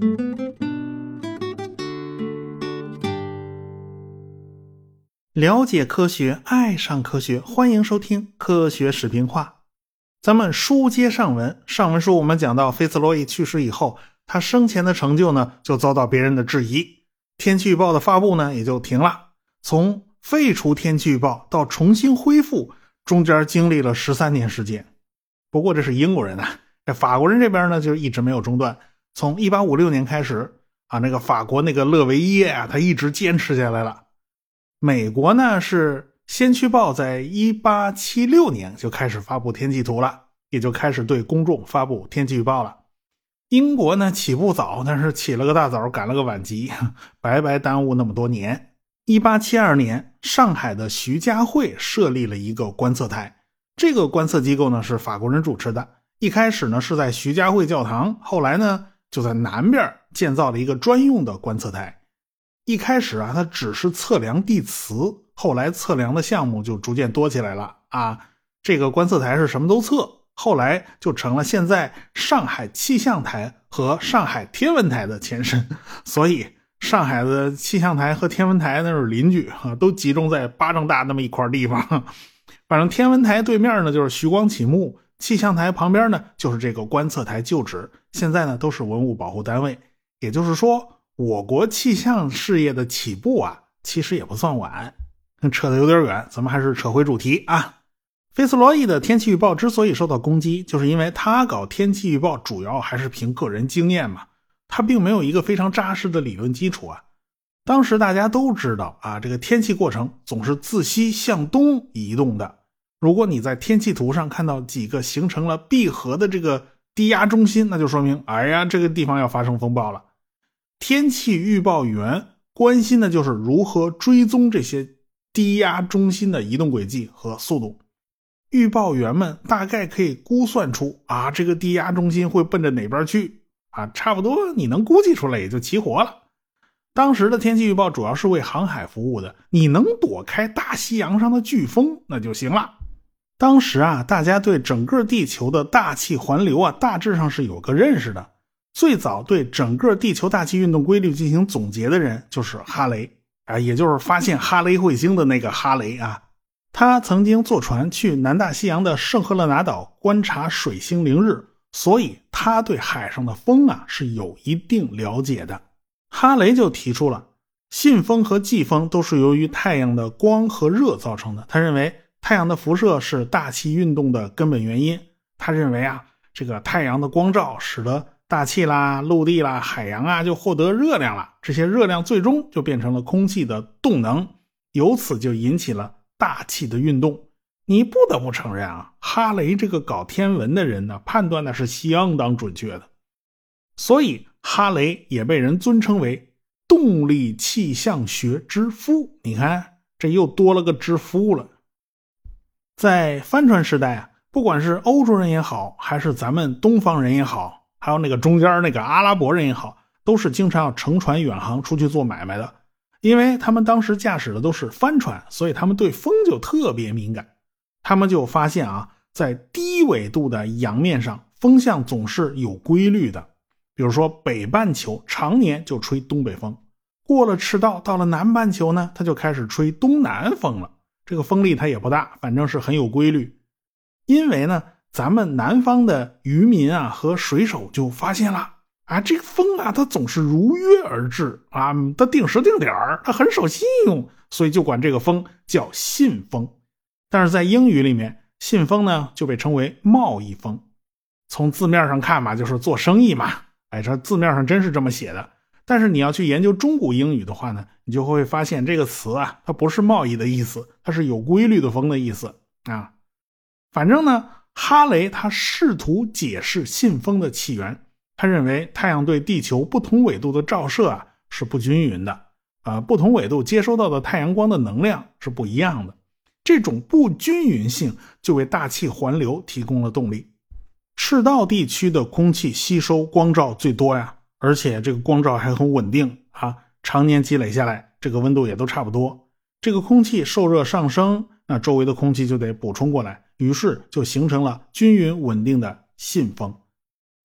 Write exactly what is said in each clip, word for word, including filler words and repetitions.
了解科学，爱上科学，欢迎收听科学视频化。咱们书接上文，上文书我们讲到菲茨罗伊去世以后，他生前的成就呢就遭到别人的质疑，天气预报的发布呢也就停了。从废除天气预报到重新恢复，中间经历了十三年时间。不过这是英国人啊，这法国人这边呢就一直没有中断。从一八五六年开始啊，那个法国那个勒维耶啊，他一直坚持下来了。美国呢是先驱报在一八七六年就开始发布天气图了，也就开始对公众发布天气预报了。英国呢起步早，但是起了个大早赶了个晚集，白白耽误那么多年。一八七二年，上海的徐家汇设立了一个观测台，这个观测机构呢是法国人主持的。一开始呢是在徐家汇教堂，后来呢就在南边建造了一个专用的观测台。一开始啊，它只是测量地磁，后来测量的项目就逐渐多起来了啊。这个观测台是什么都测，后来就成了现在上海气象台和上海天文台的前身。所以上海的气象台和天文台那是邻居啊，都集中在巴掌大那么一块地方。反正天文台对面呢就是徐光启墓，气象台旁边呢就是这个观测台旧址，现在呢都是文物保护单位。也就是说，我国气象事业的起步啊，其实也不算晚。扯得有点远，咱们还是扯回主题啊。菲茨罗伊的天气预报之所以受到攻击，就是因为他搞天气预报主要还是凭个人经验嘛，他并没有一个非常扎实的理论基础啊。当时大家都知道啊，这个天气过程总是自西向东移动的。如果你在天气图上看到几个形成了闭合的这个低压中心，那就说明哎呀，这个地方要发生风暴了。天气预报员关心的就是如何追踪这些低压中心的移动轨迹和速度。预报员们大概可以估算出啊，这个低压中心会奔着哪边去啊，差不多你能估计出来也就齐活了。当时的天气预报主要是为航海服务的，你能躲开大西洋上的飓风那就行了。当时啊，大家对整个地球的大气环流啊，大致上是有个认识的。最早对整个地球大气运动规律进行总结的人就是哈雷啊，也就是发现哈雷彗星的那个哈雷啊。他曾经坐船去南大西洋的圣赫勒拿岛观察水星凌日，所以他对海上的风啊是有一定了解的。哈雷就提出了信风和季风都是由于太阳的光和热造成的，他认为太阳的辐射是大气运动的根本原因。他认为啊，这个太阳的光照使得大气啦、陆地啦、海洋啊就获得热量了，这些热量最终就变成了空气的动能，由此就引起了大气的运动。你不得不承认啊，哈雷这个搞天文的人呢，判断的是相当准确的。所以哈雷也被人尊称为动力气象学之父。你看，这又多了个之父了。在帆船时代啊，不管是欧洲人也好，还是咱们东方人也好，还有那个中间那个阿拉伯人也好，都是经常要乘船远航出去做买卖的。因为他们当时驾驶的都是帆船，所以他们对风就特别敏感。他们就发现啊，在低纬度的洋面上，风向总是有规律的。比如说北半球常年就吹东北风，过了赤道到了南半球呢，它就开始吹东南风了。这个风力它也不大，反正是很有规律。因为呢，咱们南方的渔民啊和水手就发现了啊，这个风啊它总是如约而至啊，它定时定点儿，它很守信用，所以就管这个风叫信风。但是在英语里面，信风呢就被称为贸易风。从字面上看嘛，就是做生意嘛，哎，这字面上真是这么写的。但是你要去研究中古英语的话呢，你就会发现这个词啊，它不是贸易的意思，它是有规律的风的意思啊。反正呢，哈雷他试图解释信风的起源。他认为太阳对地球不同纬度的照射啊是不均匀的，啊、呃，不同纬度接收到的太阳光的能量是不一样的。这种不均匀性就为大气环流提供了动力。赤道地区的空气吸收光照最多呀，而且这个光照还很稳定啊，常年积累下来，这个温度也都差不多。这个空气受热上升，那周围的空气就得补充过来，于是就形成了均匀稳定的信风。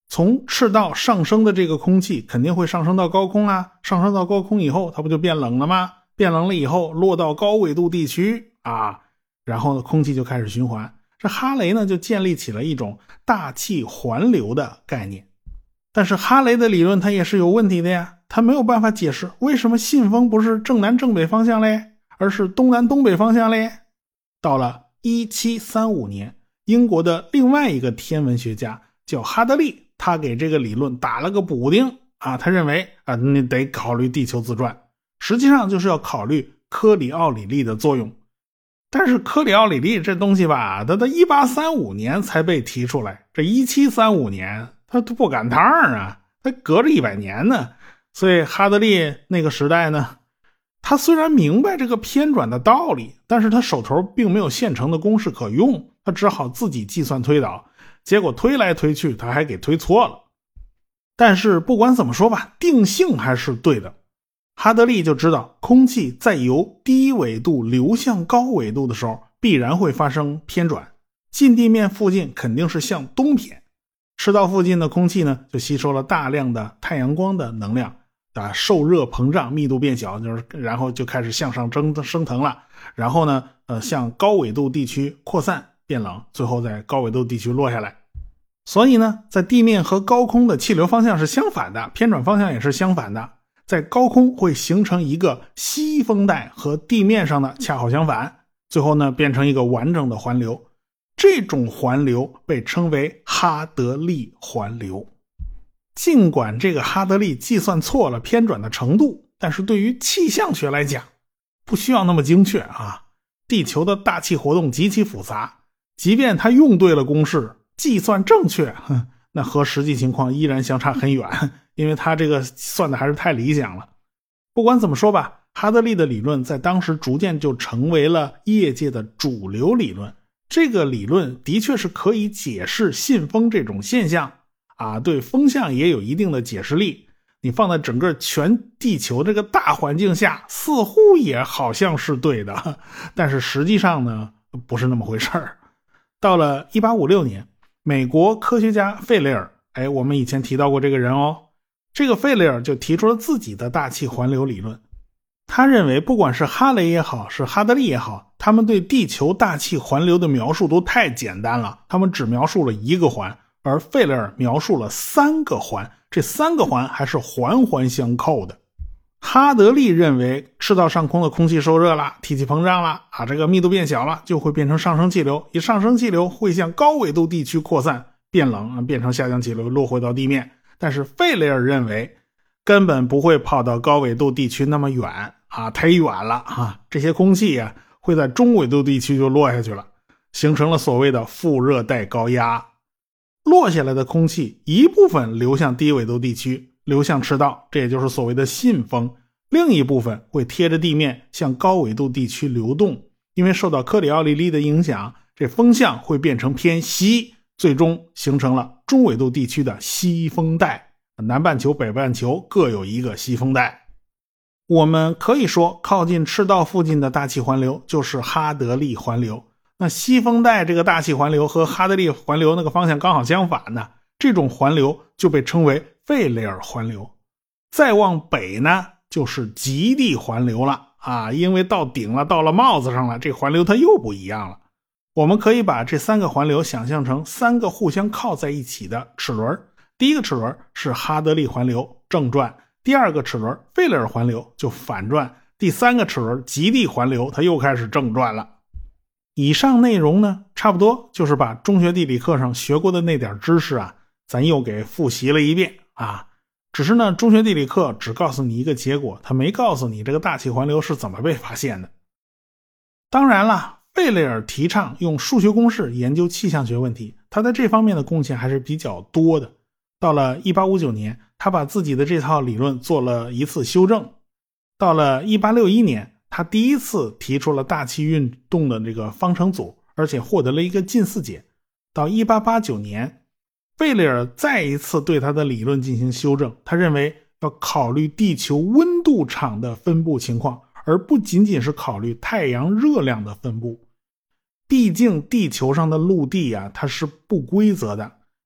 从赤道上升的这个空气肯定会上升到高空啊，上升到高空以后它不就变冷了吗？变冷了以后落到高纬度地区啊，然后呢空气就开始循环。这哈雷呢就建立起了一种大气环流的概念。但是哈雷的理论它也是有问题的呀，它没有办法解释为什么信风不是正南正北方向嘞，而是东南东北方向嘞。到了一七三五年，英国的另外一个天文学家叫哈德利，他给这个理论打了个补丁啊，他认为啊，你得考虑地球自转，实际上就是要考虑科里奥里力的作用。但是科里奥里力这东西吧，它到一八三五年才被提出来，这一七三五年他都不赶趟啊，他隔着一百年呢。所以哈德利那个时代呢，他虽然明白这个偏转的道理，但是他手头并没有现成的公式可用，他只好自己计算推导，结果推来推去他还给推错了。但是不管怎么说吧，定性还是对的。哈德利就知道空气在由低纬度流向高纬度的时候必然会发生偏转，近地面附近肯定是向东偏。赤道附近的空气呢就吸收了大量的太阳光的能量啊，受热膨胀，密度变小，就是然后就开始向上升升腾了，然后呢呃向高纬度地区扩散变冷，最后在高纬度地区落下来。所以呢在地面和高空的气流方向是相反的，偏转方向也是相反的，在高空会形成一个西风带，和地面上的恰好相反，最后呢变成一个完整的环流。这种环流被称为哈德利环流。尽管这个哈德利计算错了偏转的程度，但是对于气象学来讲不需要那么精确啊。地球的大气活动极其复杂，即便他用对了公式，计算正确，那和实际情况依然相差很远，因为他这个算的还是太理想了。不管怎么说吧，哈德利的理论在当时逐渐就成为了业界的主流理论。这个理论的确是可以解释信风这种现象啊，对风向也有一定的解释力。你放在整个全地球这个大环境下，似乎也好像是对的，但是实际上呢，不是那么回事儿。到了一八五六年，美国科学家费雷尔，哎，我们以前提到过这个人哦，这个费雷尔就提出了自己的大气环流理论。他认为不管是哈雷也好，是哈德利也好，他们对地球大气环流的描述都太简单了，他们只描述了一个环，而费雷尔描述了三个环，这三个环还是环环相扣的。哈德利认为赤道上空的空气受热了，体积膨胀了啊，这个密度变小了，就会变成上升气流，以上升气流会向高纬度地区扩散变冷，变成下降气流落回到地面。但是费雷尔认为根本不会跑到高纬度地区那么远啊，太远了啊！这些空气啊会在中纬度地区就落下去了，形成了所谓的副热带高压。落下来的空气一部分流向低纬度地区，流向赤道，这也就是所谓的信风；另一部分会贴着地面向高纬度地区流动。因为受到科里奥里力的影响，这风向会变成偏西，最终形成了中纬度地区的西风带。南半球北半球各有一个西风带。我们可以说靠近赤道附近的大气环流就是哈德利环流，那西风带这个大气环流和哈德利环流那个方向刚好相反的，这种环流就被称为费雷尔环流。再往北呢就是极地环流了啊，因为到顶了，到了帽子上了，这环流它又不一样了。我们可以把这三个环流想象成三个互相靠在一起的齿轮，第一个齿轮是哈德利环流正转，第二个齿轮费雷尔环流就反转，第三个齿轮极地环流它又开始正转了。以上内容呢差不多就是把中学地理课上学过的那点知识啊咱又给复习了一遍啊。只是呢中学地理课只告诉你一个结果，它没告诉你这个大气环流是怎么被发现的。当然了，费雷尔提倡用数学公式研究气象学问题，他在这方面的贡献还是比较多的。到了一八五九年，他把自己的这套理论做了一次修正。到了一八六一年，他第一次提出了大气运动的这个方程组，而且获得了一个近似解。到一八八九年，费雷尔再一次对他的理论进行修正，他认为要考虑地球温度场的分布情况，而不仅仅是考虑太阳热量的分布。毕竟地球上的陆地啊，它是不规则的，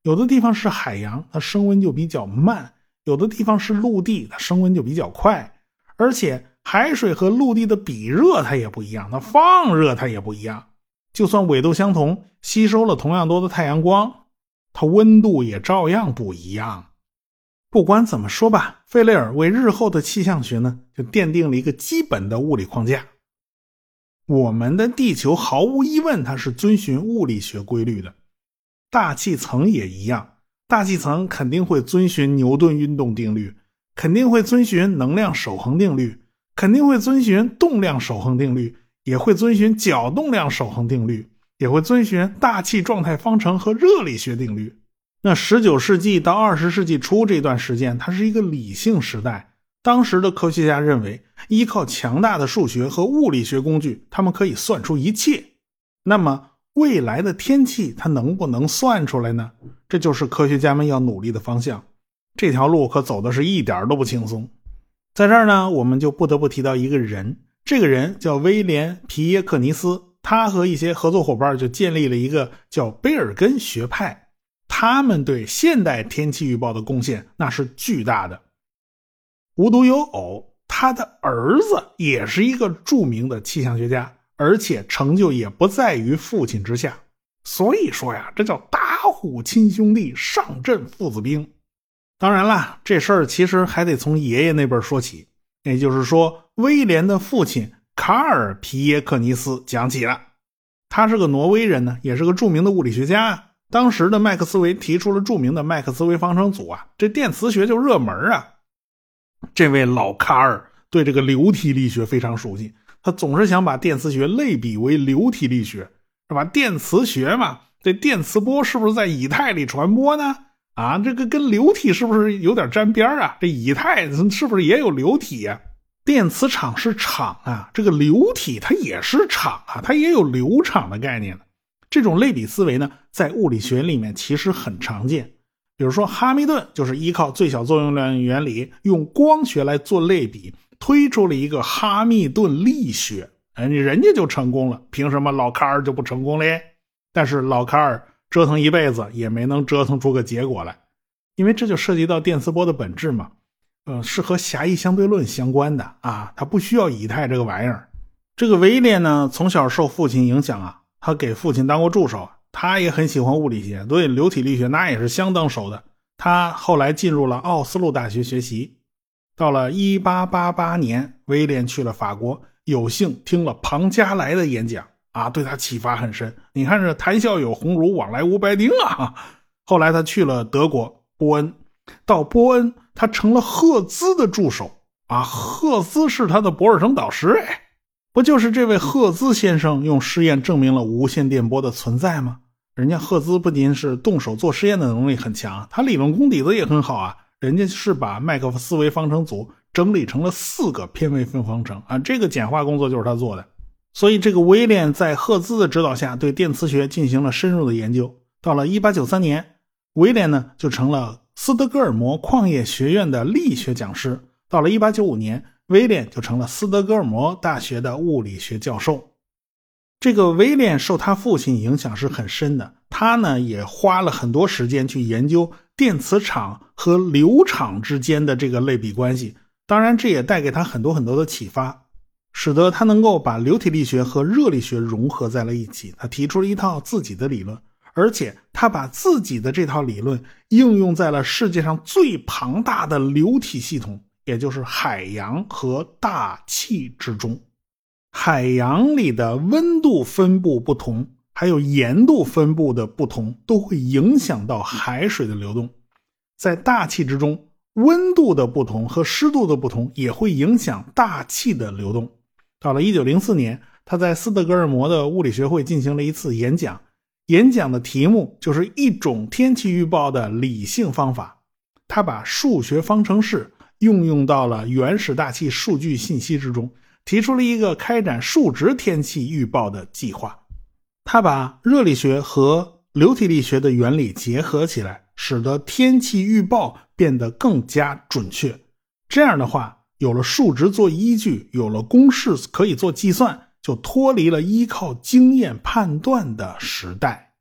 有的地方是海洋，它升温就比较慢，有的地方是陆地，它升温就比较快。而且海水和陆地的比热它也不一样，它放热它也不一样。就算纬度相同，吸收了同样多的太阳光，它温度也照样不一样。不管怎么说吧，费雷尔为日后的气象学呢，就奠定了一个基本的物理框架。我们的地球毫无疑问它是遵循物理学规律的，大气层也一样，大气层肯定会遵循牛顿运动定律，肯定会遵循能量守恒定律，肯定会遵循动量守恒定律，也会遵循角动量守恒定律，也会遵循大气状态方程和热力学定律。那十九世纪到二十世纪初这段时间，它是一个理性时代。当时的科学家认为，依靠强大的数学和物理学工具，他们可以算出一切。那么未来的天气它能不能算出来呢？这就是科学家们要努力的方向。这条路可走的是一点都不轻松。在这儿呢，我们就不得不提到一个人，这个人叫威廉·皮耶克尼斯，他和一些合作伙伴就建立了一个叫贝尔根学派。他们对现代天气预报的贡献那是巨大的。无独有偶，他的儿子也是一个著名的气象学家，而且成就也不在于父亲之下。所以说呀，这叫打虎亲兄弟，上阵父子兵。当然啦，这事儿其实还得从爷爷那边说起，也就是说威廉的父亲卡尔·皮耶克尼斯讲起了。他是个挪威人呢，也是个著名的物理学家。当时的麦克斯韦提出了著名的麦克斯韦方程组啊，这电磁学就热门啊。这位老卡尔对这个流体力学非常熟悉，他总是想把电磁学类比为流体力学，是吧？电磁学嘛，这电磁波是不是在以太里传播呢？啊，这个跟流体是不是有点沾边啊？这以太是不是也有流体啊？电磁场是场啊，这个流体它也是场啊，它也有流场的概念的。这种类比思维呢，在物理学里面其实很常见。比如说哈密顿就是依靠最小作用量原理，用光学来做类比，推出了一个哈密顿力学。人家就成功了，凭什么老卡尔就不成功嘞？但是老卡尔折腾一辈子也没能折腾出个结果来，因为这就涉及到电磁波的本质嘛，呃，是和狭义相对论相关的啊，它不需要以太这个玩意儿。这个威廉呢，从小受父亲影响啊，他给父亲当过助手，他也很喜欢物理学，对流体力学那也是相当熟的。他后来进入了奥斯陆大学学习。到了一八八八年，威廉去了法国，有幸听了庞加莱的演讲啊，对他启发很深。你看这谈笑有鸿儒，往来无白丁啊。后来他去了德国波恩，到波恩他成了赫兹的助手啊，赫兹是他的博士生导师。哎，不就是这位赫兹先生用实验证明了无线电波的存在吗？人家赫兹不仅是动手做实验的能力很强，他理论功底子也很好啊。人家是把麦克斯韦方程组整理成了四个偏微分方程啊，这个简化工作就是他做的。所以这个威廉在赫兹的指导下对电磁学进行了深入的研究。到了一八九三年，威廉呢就成了斯德哥尔摩矿业学院的力学讲师。到了一八九五年，威廉就成了斯德哥尔摩大学的物理学教授。这个威廉受他父亲影响是很深的，他呢也花了很多时间去研究电磁场和流场之间的这个类比关系，当然这也带给他很多很多的启发，使得他能够把流体力学和热力学融合在了一起。他提出了一套自己的理论，而且他把自己的这套理论应用在了世界上最庞大的流体系统，也就是海洋和大气之中。海洋里的温度分布不同，还有盐度分布的不同，都会影响到海水的流动。在大气之中，温度的不同和湿度的不同也会影响大气的流动。到了一九零四年，他在斯德哥尔摩的物理学会进行了一次演讲，演讲的题目就是一种天气预报的理性方法。他把数学方程式应用到了原始大气数据信息之中，提出了一个开展数值天气预报的计划。他把热力学和流体力学的原理结合起来，使得天气预报变得更加准确。这样的话，有了数值做依据，有了公式可以做计算，就脱离了依靠经验判断的时代。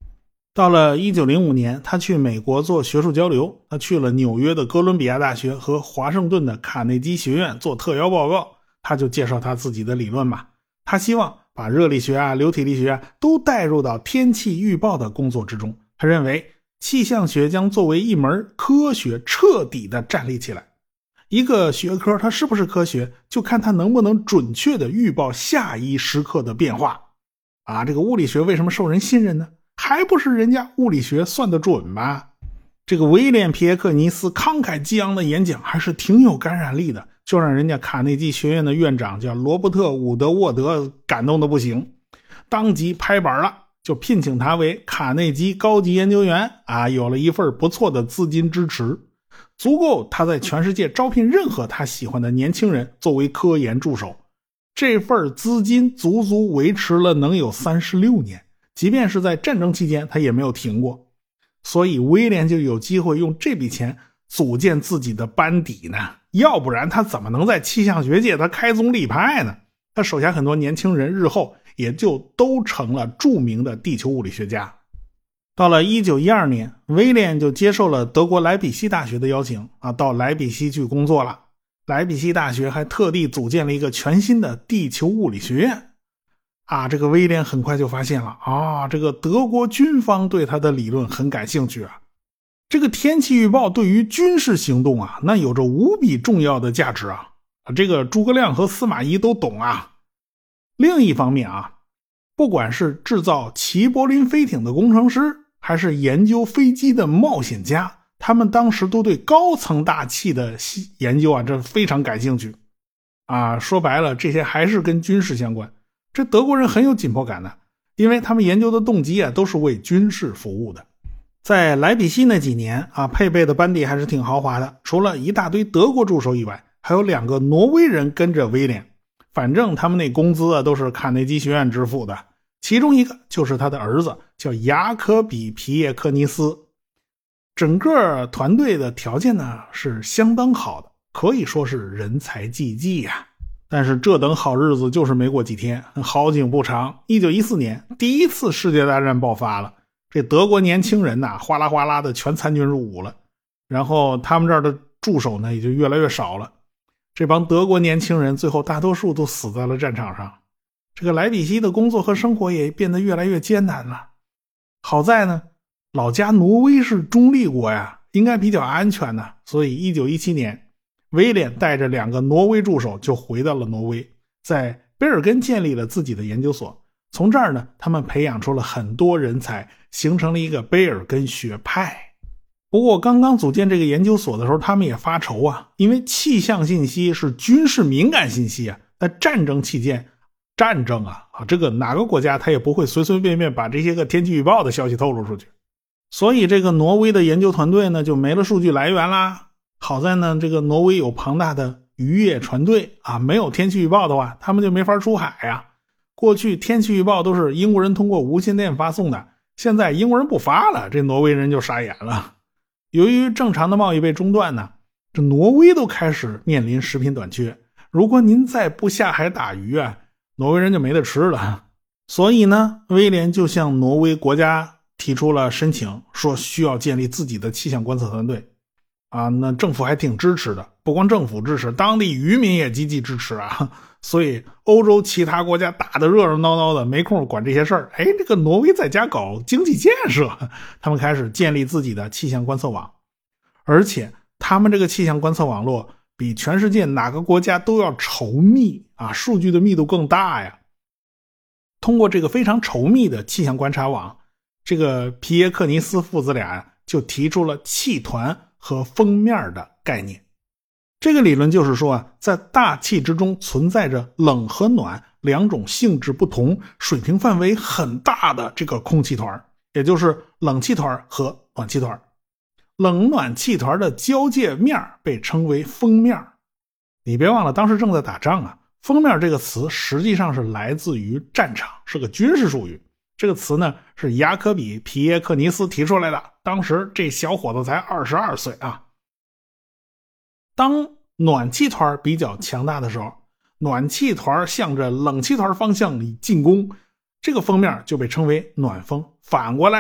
到了一九零五年，他去美国做学术交流，他去了纽约的哥伦比亚大学和华盛顿的卡内基学院做特邀报告，他就介绍他自己的理论嘛。他希望把热力学啊、流体力学啊都带入到天气预报的工作之中。他认为气象学将作为一门科学彻底的站立起来。一个学科它是不是科学，就看它能不能准确的预报下一时刻的变化。啊，这个物理学为什么受人信任呢？还不是人家物理学算得准吗？这个威廉·皮耶克尼斯慷慨激昂的演讲还是挺有感染力的，就让人家卡内基学院的院长叫罗伯特·伍德沃德感动的不行，当即拍板了，就聘请他为卡内基高级研究员啊，有了一份不错的资金支持，足够他在全世界招聘任何他喜欢的年轻人作为科研助手。这份资金足足维持了能有三十六年，即便是在战争期间他也没有停过。所以威廉就有机会用这笔钱组建自己的班底呢，要不然他怎么能在气象学界他开宗立派呢？他手下很多年轻人日后也就都成了著名的地球物理学家。到了一九一二年，威廉就接受了德国莱比锡大学的邀请啊，到莱比锡去工作了。莱比锡大学还特地组建了一个全新的地球物理学院啊，这个威廉很快就发现了啊，这个德国军方对他的理论很感兴趣啊。这个天气预报对于军事行动啊，那有着无比重要的价值啊，这个诸葛亮和司马懿都懂啊。另一方面啊，不管是制造齐柏林飞艇的工程师，还是研究飞机的冒险家，他们当时都对高层大气的研究啊，这非常感兴趣啊。说白了，这些还是跟军事相关。这德国人很有紧迫感的，因为他们研究的动机啊，都是为军事服务的。在莱比锡那几年啊，配备的班底还是挺豪华的，除了一大堆德国助手以外，还有两个挪威人跟着威廉。反正他们那工资啊，都是卡内基学院支付的。其中一个就是他的儿子，叫雅科比·皮耶克尼斯。整个团队的条件呢是相当好的，可以说是人才济济呀。但是这等好日子就是没过几天，好景不长。一九一四年，第一次世界大战爆发了，这德国年轻人呐，哗啦哗啦的全参军入伍了，然后他们这儿的助手呢也就越来越少了。这帮德国年轻人最后大多数都死在了战场上。这个莱比锡的工作和生活也变得越来越艰难了。好在呢，老家挪威是中立国呀，应该比较安全的，所以一九一七年，威廉带着两个挪威助手就回到了挪威，在贝尔根建立了自己的研究所。从这儿呢，他们培养出了很多人才，形成了一个贝尔根学派。不过刚刚组建这个研究所的时候，他们也发愁啊，因为气象信息是军事敏感信息啊，在战争期间，战争啊，这个哪个国家他也不会随随便便把这些个天气预报的消息透露出去。所以这个挪威的研究团队呢，就没了数据来源啦。好在呢，这个挪威有庞大的渔业船队啊，没有天气预报的话，他们就没法出海呀。过去天气预报都是英国人通过无线电发送的，现在英国人不发了，这挪威人就傻眼了。由于正常的贸易被中断呢，这挪威都开始面临食品短缺。如果您再不下海打鱼啊，挪威人就没得吃了。所以呢，威廉就向挪威国家提出了申请，说需要建立自己的气象观测团队啊。那政府还挺支持的，不光政府支持，当地渔民也积极支持啊。所以欧洲其他国家打得热热闹闹的，没空管这些事儿。哎，这个挪威在家搞经济建设，他们开始建立自己的气象观测网，而且他们这个气象观测网络比全世界哪个国家都要稠密啊，数据的密度更大呀。通过这个非常稠密的气象观察网，这个皮耶克尼斯父子俩就提出了气团和锋面的概念。这个理论就是说啊，在大气之中存在着冷和暖两种性质不同、水平范围很大的这个空气团，也就是冷气团和暖气团。冷暖气团的交界面被称为锋面。你别忘了，当时正在打仗啊，锋面这个词实际上是来自于战场，是个军事术语。这个词呢是雅科比·皮耶克尼斯提出来的，当时这小伙子才二十二岁啊。当暖气团比较强大的时候，暖气团向着冷气团方向里进攻，这个锋面就被称为暖锋。反过来，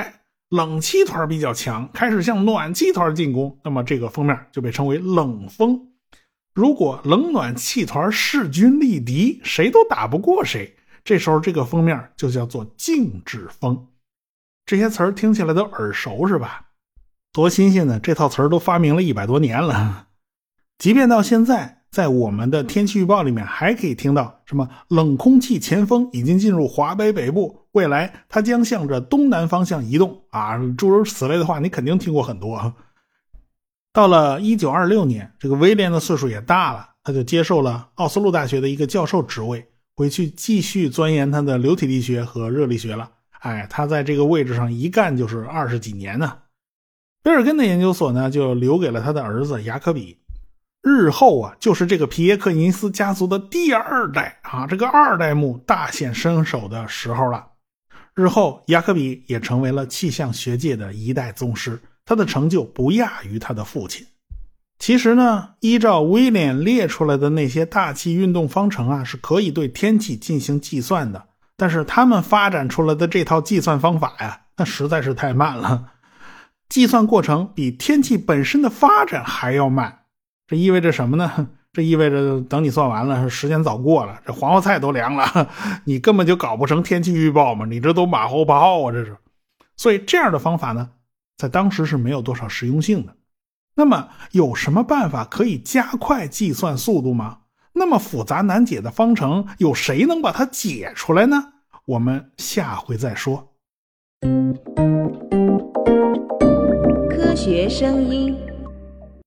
冷气团比较强，开始向暖气团进攻，那么这个锋面就被称为冷锋。如果冷暖气团势均力敌，谁都打不过谁，这时候这个锋面就叫做静止锋。这些词儿听起来都耳熟是吧？多新鲜呢，这套词儿都发明了一百多年了。即便到现在，在我们的天气预报里面还可以听到什么冷空气前锋已经进入华北北部，未来它将向着东南方向移动啊，诸如此类的话你肯定听过很多。到了一九二六年，这个威廉的岁数也大了，他就接受了奥斯陆大学的一个教授职位，回去继续钻研他的流体力学和热力学了。哎，他在这个位置上一干就是二十几年呢。贝尔根的研究所呢，就留给了他的儿子雅可比。日后啊，就是这个皮耶克尼斯家族的第二代啊，这个二代目大显身手的时候了。日后雅可比也成为了气象学界的一代宗师，他的成就不亚于他的父亲。其实呢，依照威廉列出来的那些大气运动方程啊，是可以对天气进行计算的，但是他们发展出来的这套计算方法呀，那实在是太慢了。计算过程比天气本身的发展还要慢，这意味着什么呢？这意味着等你算完了，时间早过了，这黄花菜都凉了，你根本就搞不成天气预报嘛，你这都马后炮啊，这是。所以这样的方法呢，在当时是没有多少实用性的。那么有什么办法可以加快计算速度吗？那么复杂难解的方程，有谁能把它解出来呢？我们下回再说。 科学声音